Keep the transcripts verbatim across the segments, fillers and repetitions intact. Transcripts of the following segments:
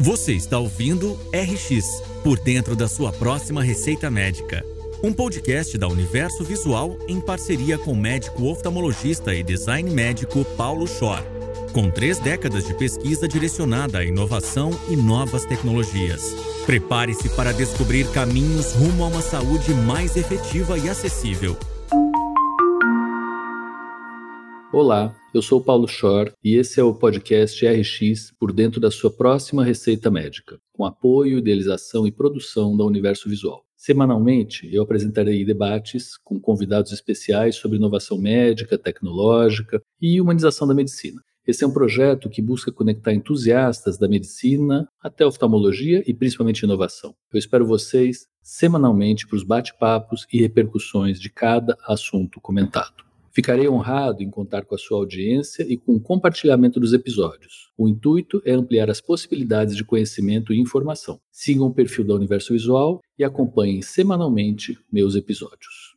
Você está ouvindo R X, por dentro da sua próxima receita médica. Um podcast da Universo Visual em parceria com o médico oftalmologista e design médico Paulo Schor. Com três décadas de pesquisa direcionada à inovação e novas tecnologias. Prepare-se para descobrir caminhos rumo a uma saúde mais efetiva e acessível. Olá, eu sou o Paulo Schor e esse é o podcast R X por dentro da sua próxima receita médica, com apoio, idealização e produção da Universo Visual. Semanalmente, eu apresentarei debates com convidados especiais sobre inovação médica, tecnológica e humanização da medicina. Esse é um projeto que busca conectar entusiastas da medicina até oftalmologia e principalmente inovação. Eu espero vocês semanalmente para os bate-papos e repercussões de cada assunto comentado. Ficarei honrado em contar com a sua audiência e com o compartilhamento dos episódios. O intuito é ampliar as possibilidades de conhecimento e informação. Sigam o perfil da Universo Visual e acompanhem semanalmente meus episódios.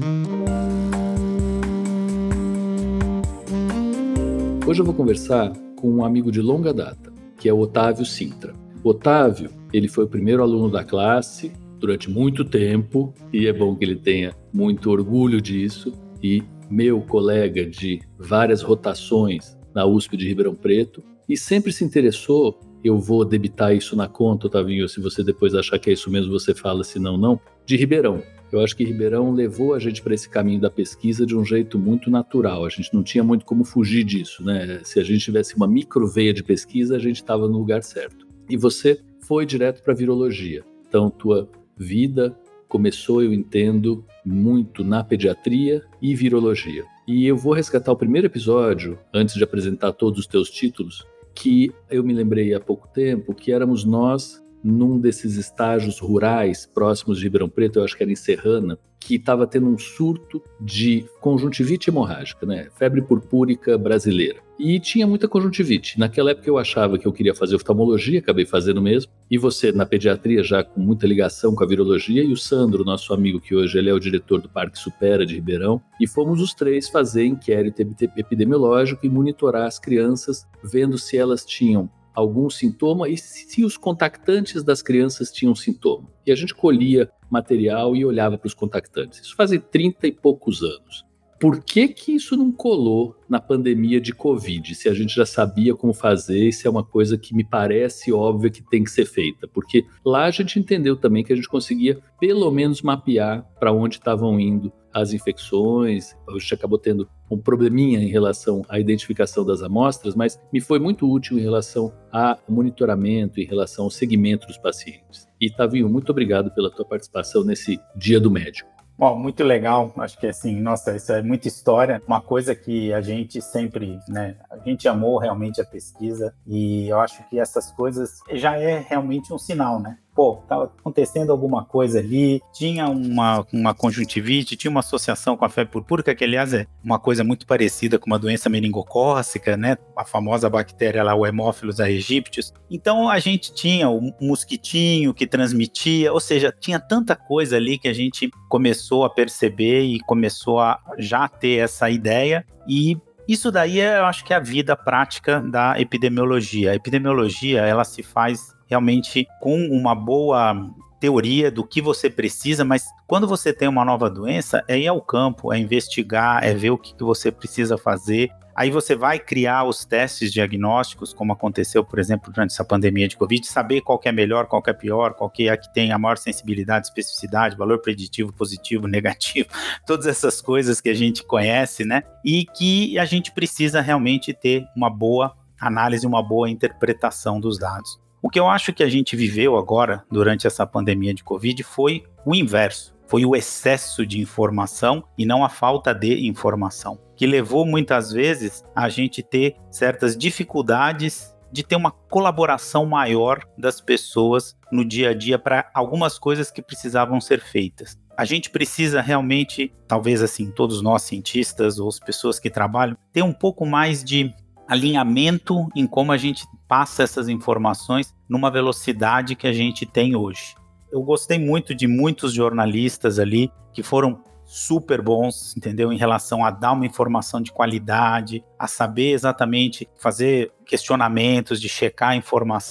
Hoje eu vou conversar com um amigo de longa data, que é o Otávio Sintra. O Otávio, ele foi o primeiro aluno da classe durante muito tempo, e é bom que ele tenha muito orgulho disso, e meu colega de várias rotações na U S P de Ribeirão Preto, e sempre se interessou, eu vou debitar isso na conta, Otavinho, se você depois achar que é isso mesmo, você fala, se não, não, de Ribeirão. Eu acho que Ribeirão levou a gente para esse caminho da pesquisa de um jeito muito natural, a gente não tinha muito como fugir disso, né? Se a gente tivesse uma microveia de pesquisa, a gente estava no lugar certo. E você foi direto para virologia, então tua vida começou, eu entendo, muito na pediatria e virologia. E eu vou resgatar o primeiro episódio, antes de apresentar todos os teus títulos, que eu me lembrei há pouco tempo, que éramos nós num desses estágios rurais próximos de Ribeirão Preto, eu acho que era em Serrana, que estava tendo um surto de conjuntivite hemorrágica, né? Febre purpúrica brasileira. E tinha muita conjuntivite. Naquela época eu achava que eu queria fazer oftalmologia, acabei fazendo mesmo. E você, na pediatria, já com muita ligação com a virologia, e o Sandro, nosso amigo, que hoje ele é o diretor do Parque Supera de Ribeirão, e fomos os três fazer inquérito epidemiológico e monitorar as crianças, vendo se elas tinham algum sintoma e se os contactantes das crianças tinham sintoma. E a gente colhia material e olhava para os contactantes. Isso fazem trinta e poucos anos. Por que que isso não colou na pandemia de Covid, se a gente já sabia como fazer, se é uma coisa que me parece óbvia que tem que ser feita? Porque lá a gente entendeu também que a gente conseguia pelo menos mapear para onde estavam indo as infecções. A gente acabou tendo um probleminha em relação à identificação das amostras, mas me foi muito útil em relação ao monitoramento, em relação ao segmento dos pacientes. E Tavinho, muito obrigado pela tua participação nesse Dia do Médico. Bom, muito legal, acho que assim, nossa, isso é muita história, uma coisa que a gente sempre, né, a gente amou realmente a pesquisa e eu acho que essas coisas já é realmente um sinal, né? Pô, estava acontecendo alguma coisa ali, tinha uma, uma conjuntivite, tinha uma associação com a febre purpúrica, que aliás é uma coisa muito parecida com uma doença meningocócica, né? A famosa bactéria lá, o Haemophilus aegyptius. Então a gente tinha o mosquitinho que transmitia, ou seja, tinha tanta coisa ali que a gente começou a perceber e começou a já ter essa ideia e isso daí é, eu acho que é a vida prática da epidemiologia. A epidemiologia, ela se faz realmente com uma boa teoria do que você precisa, mas quando você tem uma nova doença, é ir ao campo, é investigar, é ver o que você precisa fazer. Aí você vai criar os testes diagnósticos, como aconteceu, por exemplo, durante essa pandemia de Covid, saber qual que é melhor, qual que é pior, qual que é a que tem a maior sensibilidade, especificidade, valor preditivo, positivo, negativo, todas essas coisas que a gente conhece, né? E que a gente precisa realmente ter uma boa análise, uma boa interpretação dos dados. O que eu acho que a gente viveu agora, durante essa pandemia de Covid, foi o inverso. Foi o excesso de informação e não a falta de informação, que levou muitas vezes a gente ter certas dificuldades de ter uma colaboração maior das pessoas no dia a dia para algumas coisas que precisavam ser feitas. A gente precisa realmente, talvez assim, todos nós cientistas ou as pessoas que trabalham, ter um pouco mais de alinhamento em como a gente passa essas informações numa velocidade que a gente tem hoje. Eu gostei muito de muitos jornalistas ali que foram super bons, entendeu? Em relação a dar uma informação de qualidade, a saber exatamente fazer questionamentos, de checar a informação.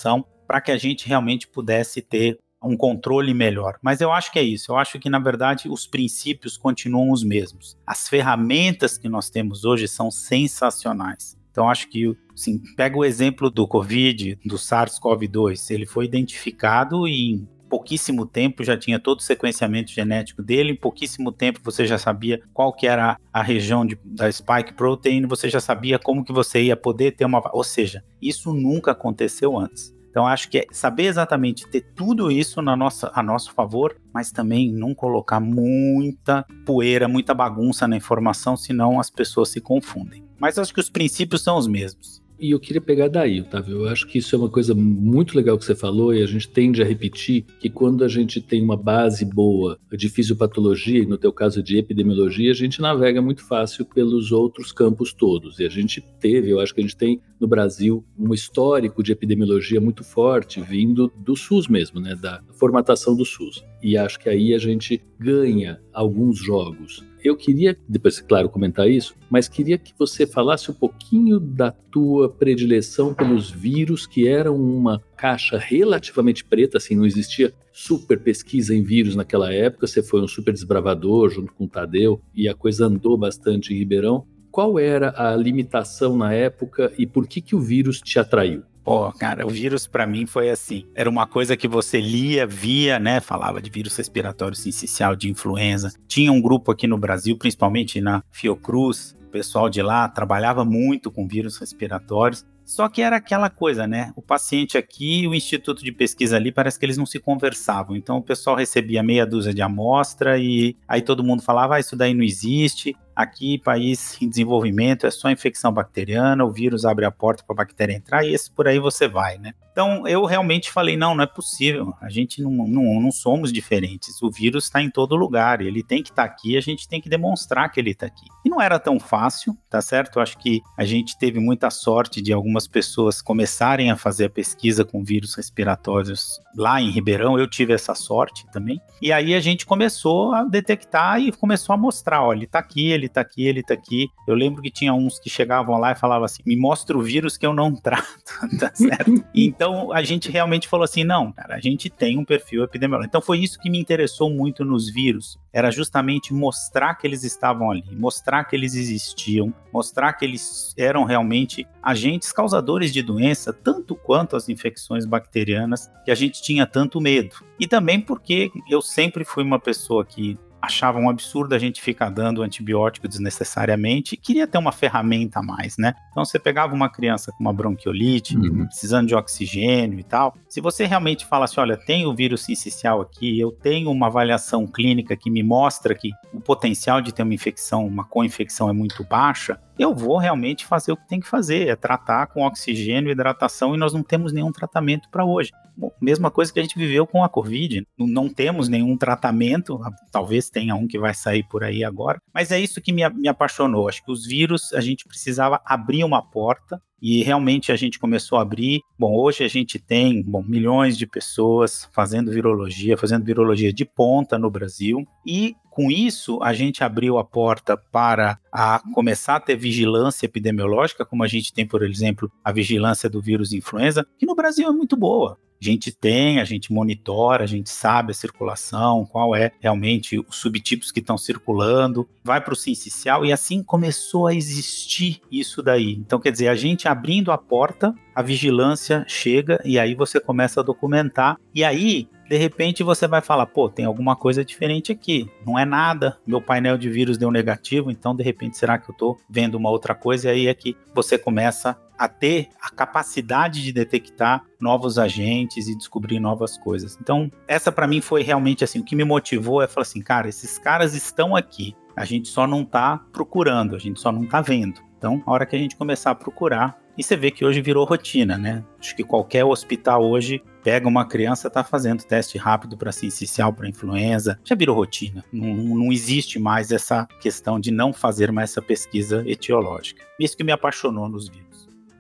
para que a gente realmente pudesse ter um controle melhor. Mas eu acho que é isso, eu acho que na verdade os princípios continuam os mesmos. As ferramentas que nós temos hoje são sensacionais. Então acho que, assim, pega o exemplo do Covid, do SARS-CoV dois, ele foi identificado e em pouquíssimo tempo já tinha todo o sequenciamento genético dele, em pouquíssimo tempo você já sabia qual que era a região de, da spike protein, você já sabia como que você ia poder ter uma... Ou seja, isso nunca aconteceu antes. Então, acho que é saber exatamente ter tudo isso na nossa, a nosso favor, mas também não colocar muita poeira, muita bagunça na informação, senão as pessoas se confundem. Mas acho que os princípios são os mesmos. E eu queria pegar daí, Otávio, eu acho que isso é uma coisa muito legal que você falou e a gente tende a repetir que quando a gente tem uma base boa de fisiopatologia, e no teu caso de epidemiologia, a gente navega muito fácil pelos outros campos todos. E a gente teve, eu acho que a gente tem no Brasil um histórico de epidemiologia muito forte vindo do SUS mesmo, né, da formatação do SUS. E acho que aí a gente ganha alguns jogos. Eu queria, depois, claro, comentar isso, mas queria que você falasse um pouquinho da tua predileção pelos vírus, que eram uma caixa relativamente preta, assim, não existia super pesquisa em vírus naquela época, você foi um super desbravador junto com o Tadeu, e a coisa andou bastante em Ribeirão. Qual era a limitação na época e por que que o vírus te atraiu? Pô, cara, o vírus pra mim foi assim, era uma coisa que você lia, via, né, falava de vírus respiratório sincicial, de influenza. Tinha um grupo aqui no Brasil, principalmente na Fiocruz, o pessoal de lá trabalhava muito com vírus respiratórios. Só que era aquela coisa, né? O paciente aqui e o instituto de pesquisa ali, parece que eles não se conversavam. Então o pessoal recebia meia dúzia de amostra e aí todo mundo falava, ah, isso daí não existe. Aqui, país em desenvolvimento, é só infecção bacteriana, o vírus abre a porta para a bactéria entrar e esse por aí você vai, né? Então eu realmente falei, não, não é possível, a gente não, não, não somos diferentes, o vírus está em todo lugar, ele tem que estar tá aqui, a gente tem que demonstrar que ele está aqui. E não era tão fácil, tá certo? Eu acho que a gente teve muita sorte de algumas pessoas começarem a fazer a pesquisa com vírus respiratórios lá em Ribeirão, eu tive essa sorte também, e aí a gente começou a detectar e começou a mostrar, ó, ele está aqui, ele tá aqui, ele tá aqui. Eu lembro que tinha uns que chegavam lá e falavam assim, me mostra o vírus que eu não trato, tá certo? Então, a gente realmente falou assim, não, cara, a gente tem um perfil epidemiológico. Então, foi isso que me interessou muito nos vírus, era justamente mostrar que eles estavam ali, mostrar que eles existiam, mostrar que eles eram realmente agentes causadores de doença, tanto quanto as infecções bacterianas, que a gente tinha tanto medo. E também porque eu sempre fui uma pessoa que achava um absurdo a gente ficar dando antibiótico desnecessariamente e queria ter uma ferramenta a mais, né? Então você pegava uma criança com uma bronquiolite, uhum. precisando de oxigênio e tal, se você realmente fala assim, olha, tem o vírus sincicial aqui, eu tenho uma avaliação clínica que me mostra que o potencial de ter uma infecção, uma co-infecção é muito baixa, eu vou realmente fazer o que tem que fazer, é tratar com oxigênio, hidratação, e nós não temos nenhum tratamento para hoje. Bom, mesma coisa que a gente viveu com a Covid, não, não temos nenhum tratamento, talvez tenha um que vai sair por aí agora, mas é isso que me, me apaixonou, acho que os vírus, a gente precisava abrir uma porta, e realmente a gente começou a abrir. Bom, hoje a gente tem bom, milhões de pessoas fazendo virologia, fazendo virologia de ponta no Brasil, e com isso a gente abriu a porta para a começar a ter vigilância epidemiológica, como a gente tem, por exemplo, a vigilância do vírus influenza, que no Brasil é muito boa. A gente tem, a gente monitora, a gente sabe a circulação, qual é realmente os subtipos que estão circulando, vai para o sincicial e assim começou a existir isso daí. Então, quer dizer, a gente abrindo a porta, a vigilância chega e aí você começa a documentar e aí, de repente, você vai falar, pô, tem alguma coisa diferente aqui, não é nada, meu painel de vírus deu negativo, então, de repente, será que eu estou vendo uma outra coisa? E aí é que você começa a ter a capacidade de detectar novos agentes e descobrir novas coisas. Então, essa para mim foi realmente assim, o que me motivou é falar assim, cara, esses caras estão aqui, a gente só não está procurando, a gente só não está vendo. Então, a hora que a gente começar a procurar, e você vê que hoje virou rotina, né? Acho que qualquer hospital hoje pega uma criança, tá fazendo teste rápido para sincicial, para influenza, já virou rotina. Não, não existe mais essa questão de não fazer mais essa pesquisa etiológica. Isso que me apaixonou nos vírus.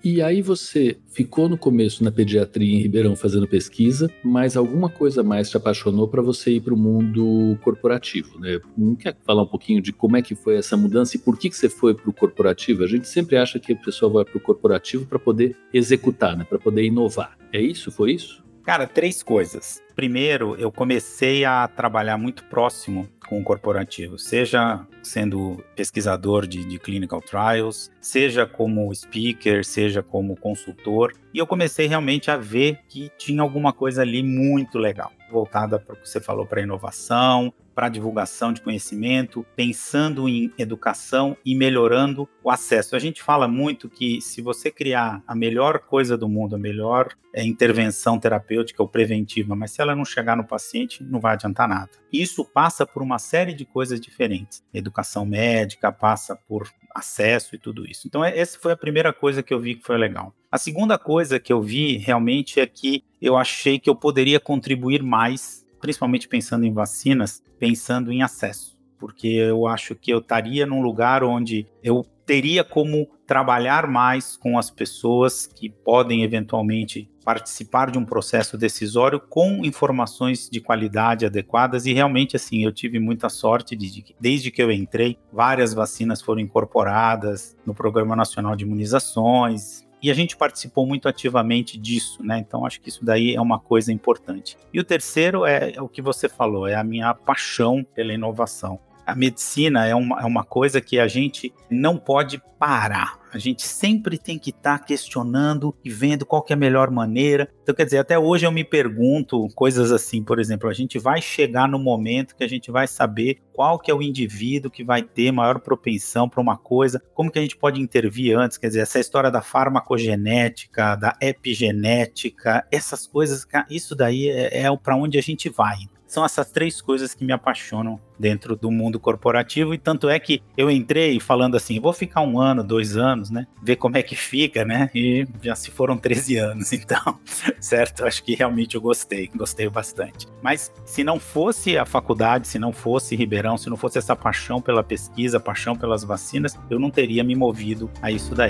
E aí você ficou no começo na pediatria em Ribeirão fazendo pesquisa, mas alguma coisa mais te apaixonou para você ir para o mundo corporativo, né? Não quer falar um pouquinho de como é que foi essa mudança e por que, que você foi para o corporativo? A gente sempre acha que a pessoa vai para o corporativo para poder executar, né? Para poder inovar. É isso? Foi isso? Cara, três coisas. Primeiro, eu comecei a trabalhar muito próximo com o corporativo, seja sendo pesquisador de, de clinical trials, seja como speaker, seja como consultor, e eu comecei realmente a ver que tinha alguma coisa ali muito legal, voltada para o que você falou, para inovação, para divulgação de conhecimento, pensando em educação e melhorando o acesso. A gente fala muito que se você criar a melhor coisa do mundo, a melhor é, intervenção terapêutica ou preventiva, mas se ela não chegar no paciente, não vai adiantar nada. Isso passa por uma série de coisas diferentes. Educação médica passa por acesso e tudo isso. Então, essa foi a primeira coisa que eu vi que foi legal. A segunda coisa que eu vi realmente é que eu achei que eu poderia contribuir mais, principalmente pensando em vacinas, pensando em acesso, porque eu acho que eu estaria num lugar onde eu teria como trabalhar mais com as pessoas que podem eventualmente participar de um processo decisório com informações de qualidade adequadas e realmente assim, eu tive muita sorte de, de desde que eu entrei, várias vacinas foram incorporadas no Programa Nacional de Imunizações, e a gente participou muito ativamente disso, né? Então acho que isso daí é uma coisa importante. E o terceiro é, é o que você falou, é a minha paixão pela inovação. A medicina é uma, é uma coisa que a gente não pode parar. A gente sempre tem que estar tá questionando e vendo qual que é a melhor maneira. Então, quer dizer, até hoje eu me pergunto coisas assim, por exemplo, a gente vai chegar no momento que a gente vai saber qual que é o indivíduo que vai ter maior propensão para uma coisa, como que a gente pode intervir antes, quer dizer, essa história da farmacogenética, da epigenética, essas coisas, isso daí é, é para onde a gente vai. São essas três coisas que me apaixonam dentro do mundo corporativo, e tanto é que eu entrei falando assim, vou ficar um ano, dois anos, né, ver como é que fica, né, e já se foram treze anos, então, certo, acho que realmente eu gostei, gostei bastante. Mas se não fosse a faculdade, se não fosse Ribeirão, se não fosse essa paixão pela pesquisa, paixão pelas vacinas, eu não teria me movido a isso daí.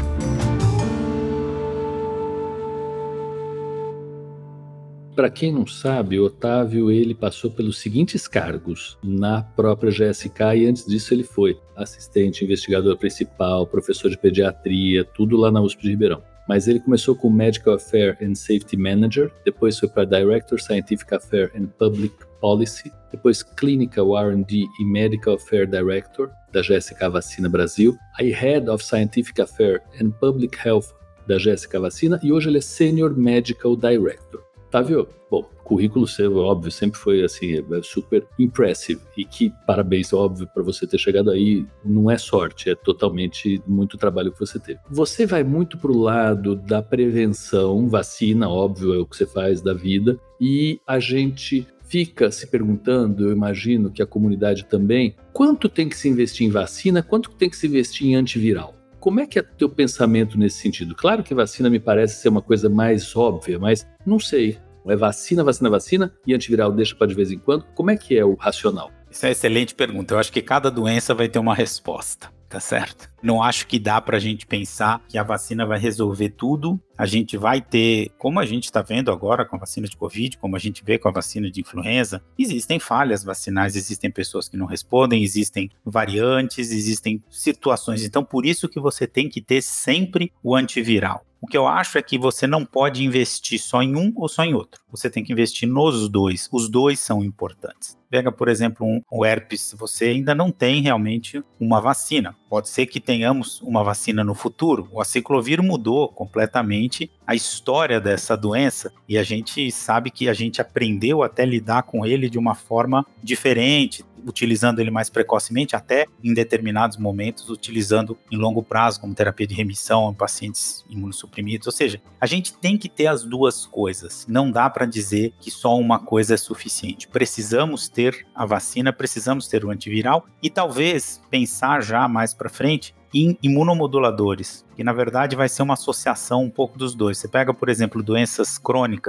Para quem não sabe, o Otávio ele passou pelos seguintes cargos na própria G S K e antes disso ele foi assistente, investigador principal, professor de pediatria, tudo lá na U S P de Ribeirão. Mas ele começou como Medical Affairs and Safety Manager, depois foi para Director Scientific Affairs and Public Policy, depois Clinical R and D e Medical Affairs Director da G S K Vacina Brasil, aí Head of Scientific Affairs and Public Health da G S K Vacina e hoje ele é Senior Medical Director. Otávio, bom, currículo seu, óbvio, sempre foi assim, é super impressive e que parabéns, óbvio, para você ter chegado aí, não é sorte, é totalmente muito trabalho que você teve. Você vai muito pro lado da prevenção, vacina, óbvio, é o que você faz da vida, e a gente fica se perguntando, eu imagino que a comunidade também, quanto tem que se investir em vacina, quanto tem que se investir em antiviral? Como é que é o teu pensamento nesse sentido? Claro que vacina me parece ser uma coisa mais óbvia, mas não sei. É vacina, vacina, vacina e antiviral deixa para de vez em quando? Como é que é o racional? Isso é uma excelente pergunta. Eu acho que cada doença vai ter uma resposta, tá certo? Não acho que dá para a gente pensar que a vacina vai resolver tudo. A gente vai ter, como a gente está vendo agora com a vacina de Covid, como a gente vê com a vacina de influenza, existem falhas vacinais, existem pessoas que não respondem, existem variantes, existem situações. Então, por isso que você tem que ter sempre o antiviral. O que eu acho é que você não pode investir só em um ou só em outro. Você tem que investir nos dois. Os dois são importantes. Pega, por exemplo, um, um herpes. Você ainda não tem realmente uma vacina. Pode ser que tenhamos uma vacina no futuro. O aciclovir mudou completamente a história dessa doença e a gente sabe que a gente aprendeu até lidar com ele de uma forma diferente, utilizando ele mais precocemente, até em determinados momentos, utilizando em longo prazo, como terapia de remissão em pacientes imunossuprimidos. Ou seja, a gente tem que ter as duas coisas. Não dá para dizer que só uma coisa é suficiente. Precisamos ter a vacina, precisamos ter o antiviral e talvez pensar já mais para frente em imunomoduladores, que na verdade vai ser uma associação um pouco dos dois. Você pega, por exemplo, doenças crônicas,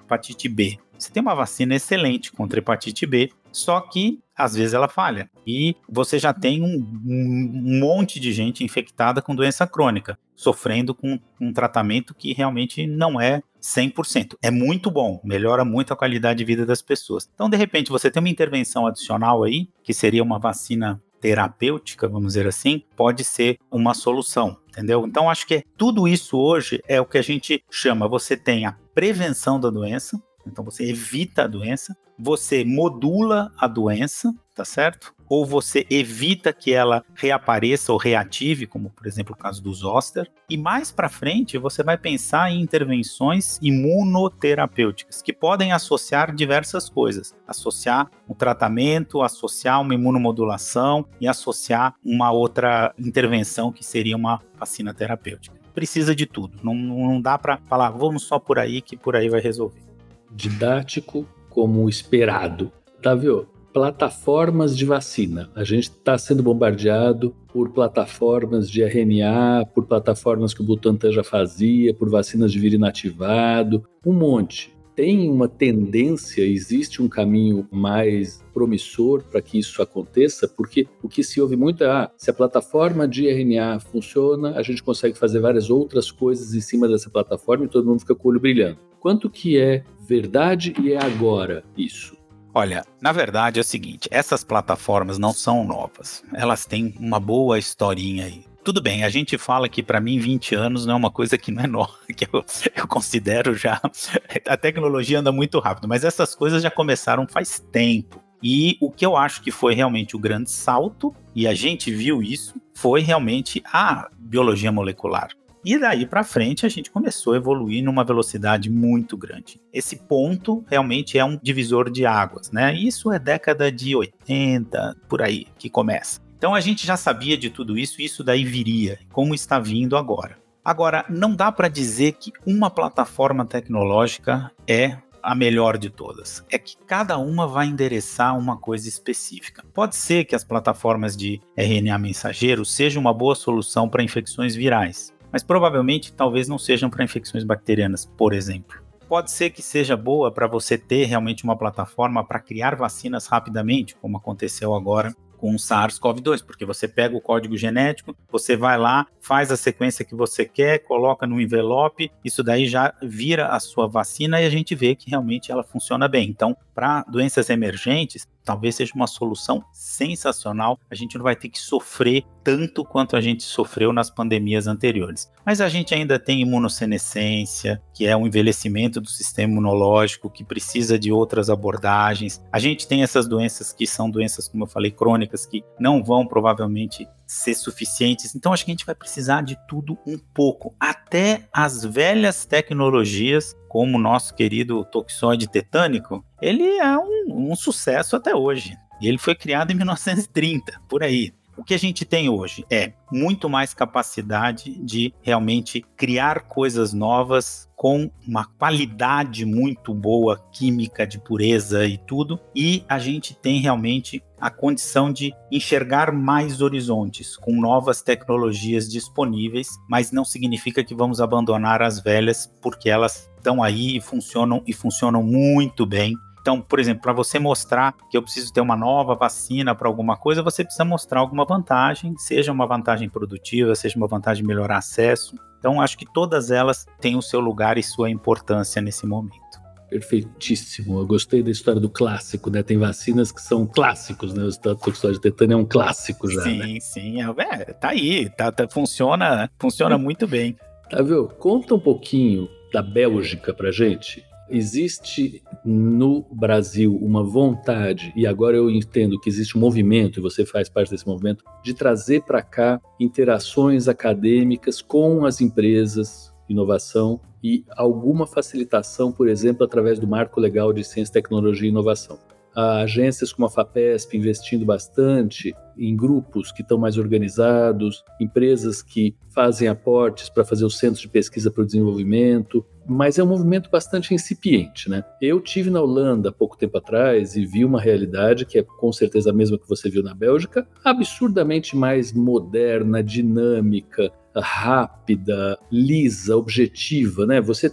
hepatite B. Você tem uma vacina excelente contra hepatite B, só que às vezes ela falha. E você já tem um, um monte de gente infectada com doença crônica, sofrendo com um tratamento que realmente não é cem por cento. É muito bom, melhora muito a qualidade de vida das pessoas. Então, de repente, você tem uma intervenção adicional aí, que seria uma vacina terapêutica, vamos dizer assim, pode ser uma solução, entendeu? Então, acho que tudo isso hoje é o que a gente chama, você tem a prevenção da doença, então você evita a doença, você modula a doença, tá certo? Ou você evita que ela reapareça ou reative, como por exemplo o caso do zoster. E mais para frente você vai pensar em intervenções imunoterapêuticas, que podem associar diversas coisas. Associar um tratamento, associar uma imunomodulação e associar uma outra intervenção que seria uma vacina terapêutica. Precisa de tudo, não, não dá para falar, vamos só por aí que por aí vai resolver. Didático como esperado. Otávio, plataformas de vacina. A gente está sendo bombardeado por plataformas de R N A, por plataformas que o Butantan já fazia, por vacinas de vírus inativado, um monte. Tem uma tendência, existe um caminho mais promissor para que isso aconteça? Porque o que se ouve muito é, ah, se a plataforma de R N A funciona, a gente consegue fazer várias outras coisas em cima dessa plataforma e todo mundo fica com o olho brilhando. Quanto que é verdade e é agora isso? Olha, na verdade é o seguinte, essas plataformas não são novas, elas têm uma boa historinha aí. Tudo bem, a gente fala que para mim vinte anos não é uma coisa que não é nova, que eu, eu considero já, a tecnologia anda muito rápido, mas essas coisas já começaram faz tempo. E o que eu acho que foi realmente o grande salto, e a gente viu isso, foi realmente a biologia molecular. E daí para frente a gente começou a evoluir numa velocidade muito grande. Esse ponto realmente é um divisor de águas, né? Isso é década de oitenta, por aí, que começa. Então a gente já sabia de tudo isso e isso daí viria, como está vindo agora. Agora, não dá para dizer que uma plataforma tecnológica é a melhor de todas. É que cada uma vai endereçar uma coisa específica. Pode ser que as plataformas de R N A mensageiro sejam uma boa solução para infecções virais, mas provavelmente talvez não sejam para infecções bacterianas, por exemplo. Pode ser que seja boa para você ter realmente uma plataforma para criar vacinas rapidamente, como aconteceu agora com o SARS-CoV dois, porque você pega o código genético, você vai lá, faz a sequência que você quer, coloca no envelope, isso daí já vira a sua vacina e a gente vê que realmente ela funciona bem. Então, para doenças emergentes, talvez seja uma solução sensacional, a gente não vai ter que sofrer tanto quanto a gente sofreu nas pandemias anteriores. Mas a gente ainda tem imunossenescência, que é um envelhecimento do sistema imunológico, que precisa de outras abordagens. A gente tem essas doenças que são doenças, como eu falei, crônicas, que não vão provavelmente ser suficientes. Então acho que a gente vai precisar de tudo um pouco, até as velhas tecnologias, como o nosso querido toxoide tetânico, ele é um, um sucesso até hoje. E ele foi criado em mil novecentos e trinta, por aí. O que a gente tem hoje é muito mais capacidade de realmente criar coisas novas com uma qualidade muito boa, química, de pureza e tudo, e a gente tem realmente a condição de enxergar mais horizontes com novas tecnologias disponíveis, mas não significa que vamos abandonar as velhas, porque elas estão aí e funcionam, e funcionam muito bem. Então, por exemplo, para você mostrar que eu preciso ter uma nova vacina para alguma coisa, você precisa mostrar alguma vantagem, seja uma vantagem produtiva, seja uma vantagem de melhorar acesso. Então, acho que todas elas têm o seu lugar e sua importância nesse momento. Perfeitíssimo. Eu gostei da história do clássico, né? Tem vacinas que são clássicos, né? O toxoide tetânico é um clássico já, sim, né? Sim, sim. É, tá aí. Tá, tá, funciona, funciona muito bem. Otávio, conta um pouquinho da Bélgica pra gente. Existe no Brasil uma vontade, e agora eu entendo que existe um movimento, e você faz parte desse movimento, de trazer para cá interações acadêmicas com as empresas, inovação e alguma facilitação, por exemplo, através do Marco Legal de Ciência, Tecnologia e Inovação. Há agências como a FAPESP investindo bastante em grupos que estão mais organizados, empresas que fazem aportes para fazer os centros de pesquisa para o desenvolvimento, mas é um movimento bastante incipiente, né? Eu tive na Holanda há pouco tempo atrás e vi uma realidade que é com certeza a mesma que você viu na Bélgica, absurdamente mais moderna, dinâmica, rápida, lisa, objetiva, né? Você tem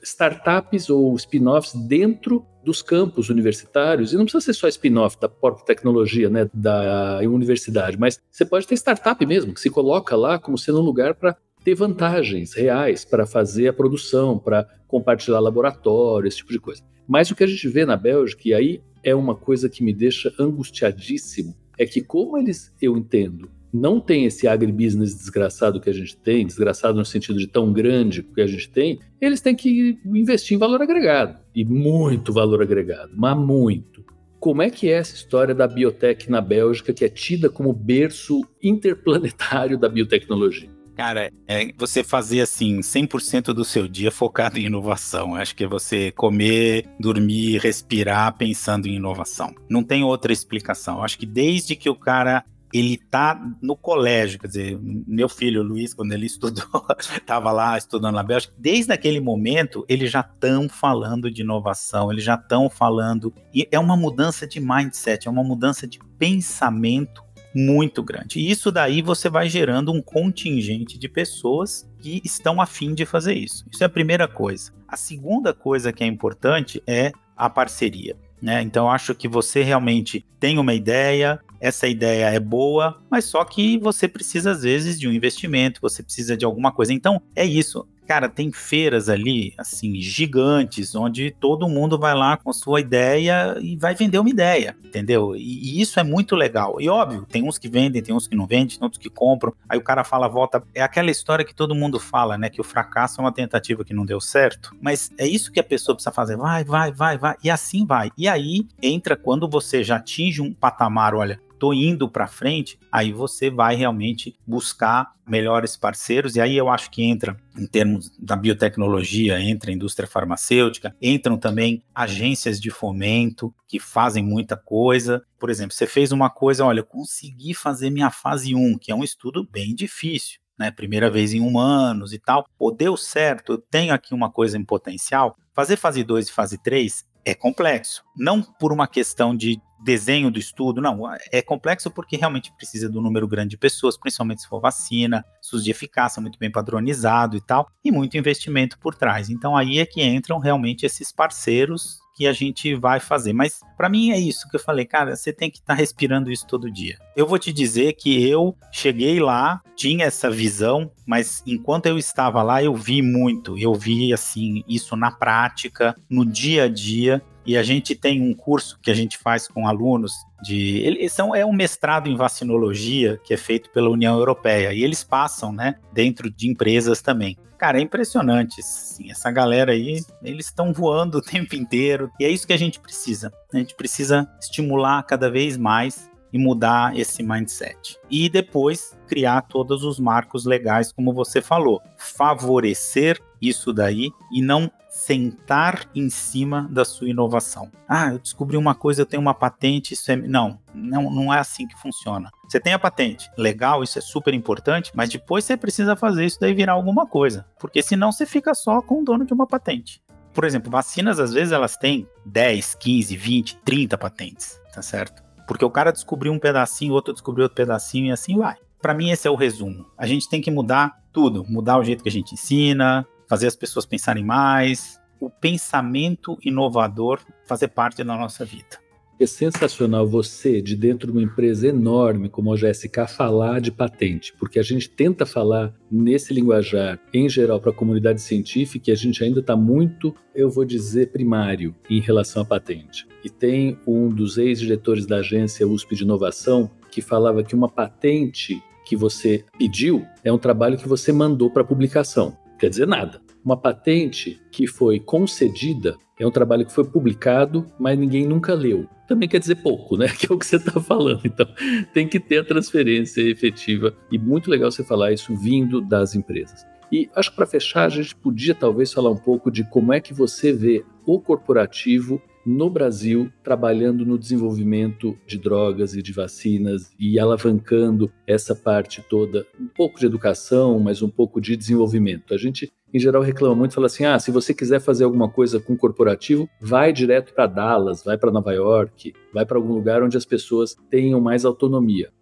startups ou spin-offs dentro dos campos universitários, e não precisa ser só spin-off da própria tecnologia, né, da universidade, mas você pode ter startup mesmo, que se coloca lá como sendo um lugar para ter vantagens reais, para fazer a produção, para compartilhar laboratório, esse tipo de coisa. Mas o que a gente vê na Bélgica, e aí é uma coisa que me deixa angustiadíssimo, é que como eles, eu entendo, não tem esse agribusiness desgraçado que a gente tem, desgraçado no sentido de tão grande que a gente tem, eles têm que investir em valor agregado, e muito valor agregado, mas muito. Como é que é essa história da biotech na Bélgica, que é tida como berço interplanetário da biotecnologia? Cara, é você fazer assim cem por cento do seu dia focado em inovação. Acho que é você comer, dormir, respirar pensando em inovação. Não tem outra explicação. Acho que desde que o cara ele tá no colégio, quer dizer, meu filho, o Luiz, quando ele estudou, estava lá estudando na Bélgica, desde aquele momento, eles já estão falando de inovação, eles já estão falando, e é uma mudança de mindset, é uma mudança de pensamento muito grande. E isso daí você vai gerando um contingente de pessoas que estão a fim de fazer isso. Isso é a primeira coisa. A segunda coisa que é importante é a parceria, né? Então, eu acho que você realmente tem uma ideia, essa ideia é boa, mas só que você precisa, às vezes, de um investimento, você precisa de alguma coisa. Então, é isso. Cara, tem feiras ali, assim, gigantes, onde todo mundo vai lá com a sua ideia e vai vender uma ideia, entendeu? E, e isso é muito legal. E óbvio, tem uns que vendem, tem uns que não vendem, tem outros que compram. Aí o cara fala, volta. É aquela história que todo mundo fala, né? Que o fracasso é uma tentativa que não deu certo. Mas é isso que a pessoa precisa fazer. Vai, vai, vai, vai. E assim vai. E aí entra quando você já atinge um patamar, olha, tô indo para frente, aí você vai realmente buscar melhores parceiros, e aí eu acho que entra, em termos da biotecnologia, entra a indústria farmacêutica, entram também agências de fomento que fazem muita coisa. Por exemplo, você fez uma coisa, olha, eu consegui fazer minha fase um, que é um estudo bem difícil, né? Primeira vez em humanos e tal, pô, deu certo, eu tenho aqui uma coisa em potencial. Fazer fase dois e fase três é complexo, não por uma questão de desenho do estudo, não, é complexo porque realmente precisa de um número grande de pessoas, principalmente se for vacina, estudos de eficácia muito bem padronizado e tal, e muito investimento por trás. Então aí é que entram realmente esses parceiros que a gente vai fazer. Mas para mim é isso que eu falei, cara, você tem que estar tá respirando isso todo dia. Eu vou te dizer que eu cheguei lá, tinha essa visão, mas enquanto eu estava lá, eu vi muito, eu vi assim, isso na prática, no dia a dia. E a gente tem um curso que a gente faz com alunos de... Eles são, é um mestrado em vacinologia que é feito pela União Europeia. E eles passam, né, dentro de empresas também. Cara, é impressionante, assim, essa galera aí, eles estão voando o tempo inteiro. E é isso que a gente precisa. A gente precisa estimular cada vez mais e mudar esse mindset. E depois criar todos os marcos legais, como você falou. Favorecer isso daí e não sentar em cima da sua inovação. Ah, eu descobri uma coisa, eu tenho uma patente, isso é... Não, não, não é assim que funciona. Você tem a patente, legal, isso é super importante, mas depois você precisa fazer isso daí virar alguma coisa, porque senão você fica só com o dono de uma patente. Por exemplo, vacinas, às vezes, elas têm dez, quinze, vinte, trinta patentes, tá certo? Porque o cara descobriu um pedacinho, outro descobriu outro pedacinho e assim vai. Para mim, esse é o resumo. A gente tem que mudar tudo, mudar o jeito que a gente ensina, fazer as pessoas pensarem mais, o pensamento inovador fazer parte da nossa vida. É sensacional você, de dentro de uma empresa enorme como a G S K, falar de patente, porque a gente tenta falar nesse linguajar, em geral, para a comunidade científica, e a gente ainda está muito, eu vou dizer, primário em relação à patente. E tem um dos ex-diretores da agência U S P de inovação que falava que uma patente que você pediu é um trabalho que você mandou para publicação. Quer dizer nada. Uma patente que foi concedida é um trabalho que foi publicado, mas ninguém nunca leu. Também quer dizer pouco, né? Que é o que você está falando. Então, tem que ter a transferência efetiva. E muito legal você falar isso vindo das empresas. E acho que para fechar, a gente podia talvez falar um pouco de como é que você vê o corporativo no Brasil, trabalhando no desenvolvimento de drogas e de vacinas e alavancando essa parte toda, um pouco de educação, mas um pouco de desenvolvimento. A gente, em geral, reclama muito, fala assim, ah, se você quiser fazer alguma coisa com corporativo, vai direto para Dallas, vai para Nova York, vai para algum lugar onde as pessoas tenham mais autonomia.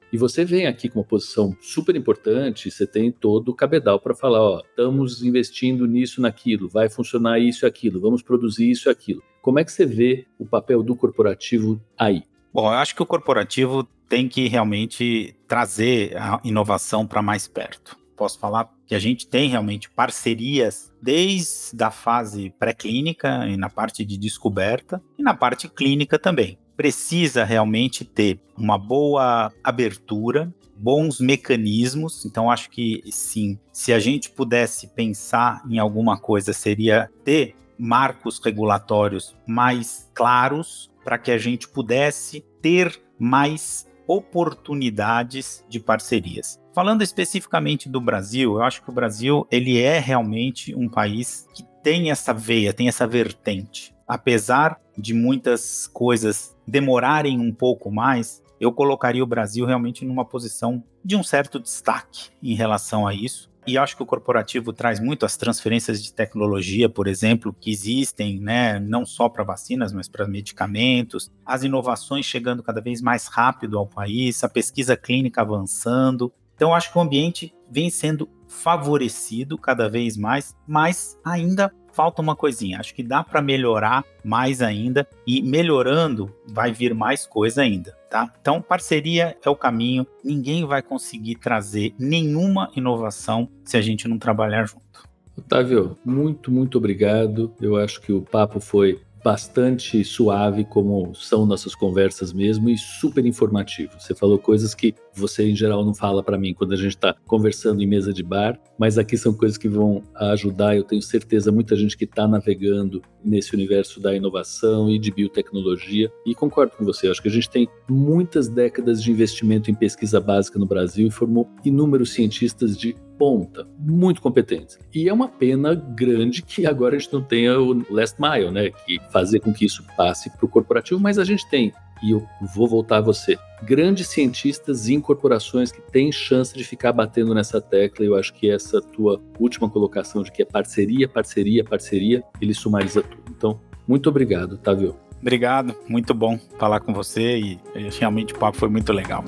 E você vem aqui com uma posição super importante, você tem todo o cabedal para falar, ó, estamos investindo nisso, naquilo, vai funcionar isso e aquilo, vamos produzir isso e aquilo. Como é que você vê o papel do corporativo aí? Bom, eu acho que o corporativo tem que realmente trazer a inovação para mais perto. Posso falar que a gente tem realmente parcerias desde a fase pré-clínica e na parte de descoberta e na parte clínica também. Precisa realmente ter uma boa abertura, bons mecanismos. Então, acho que sim, se a gente pudesse pensar em alguma coisa, seria ter marcos regulatórios mais claros para que a gente pudesse ter mais oportunidades de parcerias. Falando especificamente do Brasil, eu acho que o Brasil ele é realmente um país que tem essa veia, tem essa vertente. Apesar de muitas coisas demorarem um pouco mais, eu colocaria o Brasil realmente numa posição de um certo destaque em relação a isso. E acho que o corporativo traz muito as transferências de tecnologia, por exemplo, que existem, né, não só para vacinas, mas para medicamentos, as inovações chegando cada vez mais rápido ao país, a pesquisa clínica avançando. Então, acho que o ambiente vem sendo favorecido cada vez mais, mas ainda falta uma coisinha. Acho que dá para melhorar mais ainda e melhorando vai vir mais coisa ainda, tá? Então, parceria é o caminho. Ninguém vai conseguir trazer nenhuma inovação se a gente não trabalhar junto. Otávio, muito, muito obrigado. Eu acho que o papo foi bastante suave, como são nossas conversas mesmo, e super informativo. Você falou coisas que você, em geral, não fala para mim quando a gente está conversando em mesa de bar, mas aqui são coisas que vão ajudar, eu tenho certeza, muita gente que está navegando nesse universo da inovação e de biotecnologia, e concordo com você, acho que a gente tem muitas décadas de investimento em pesquisa básica no Brasil e formou inúmeros cientistas de ponta, muito competentes. E é uma pena grande que agora a gente não tenha o last mile, né, que fazer com que isso passe para o corporativo, mas a gente tem, e eu vou voltar a você, grandes cientistas e incorporações que têm chance de ficar batendo nessa tecla, e eu acho que essa tua última colocação de que é parceria, parceria, parceria, ele sumariza tudo. Então, muito obrigado, Otávio. Obrigado, muito bom falar com você e realmente o papo foi muito legal.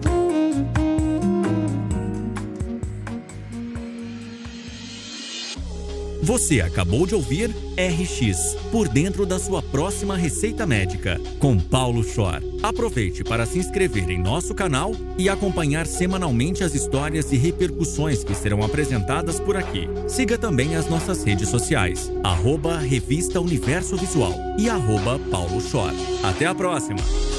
Você acabou de ouvir R X, por dentro da sua próxima receita médica, com Paulo Schor. Aproveite para se inscrever em nosso canal e acompanhar semanalmente as histórias e repercussões que serão apresentadas por aqui. Siga também as nossas redes sociais, arroba Revista Universo Visual e arroba Paulo Schor. Até a próxima!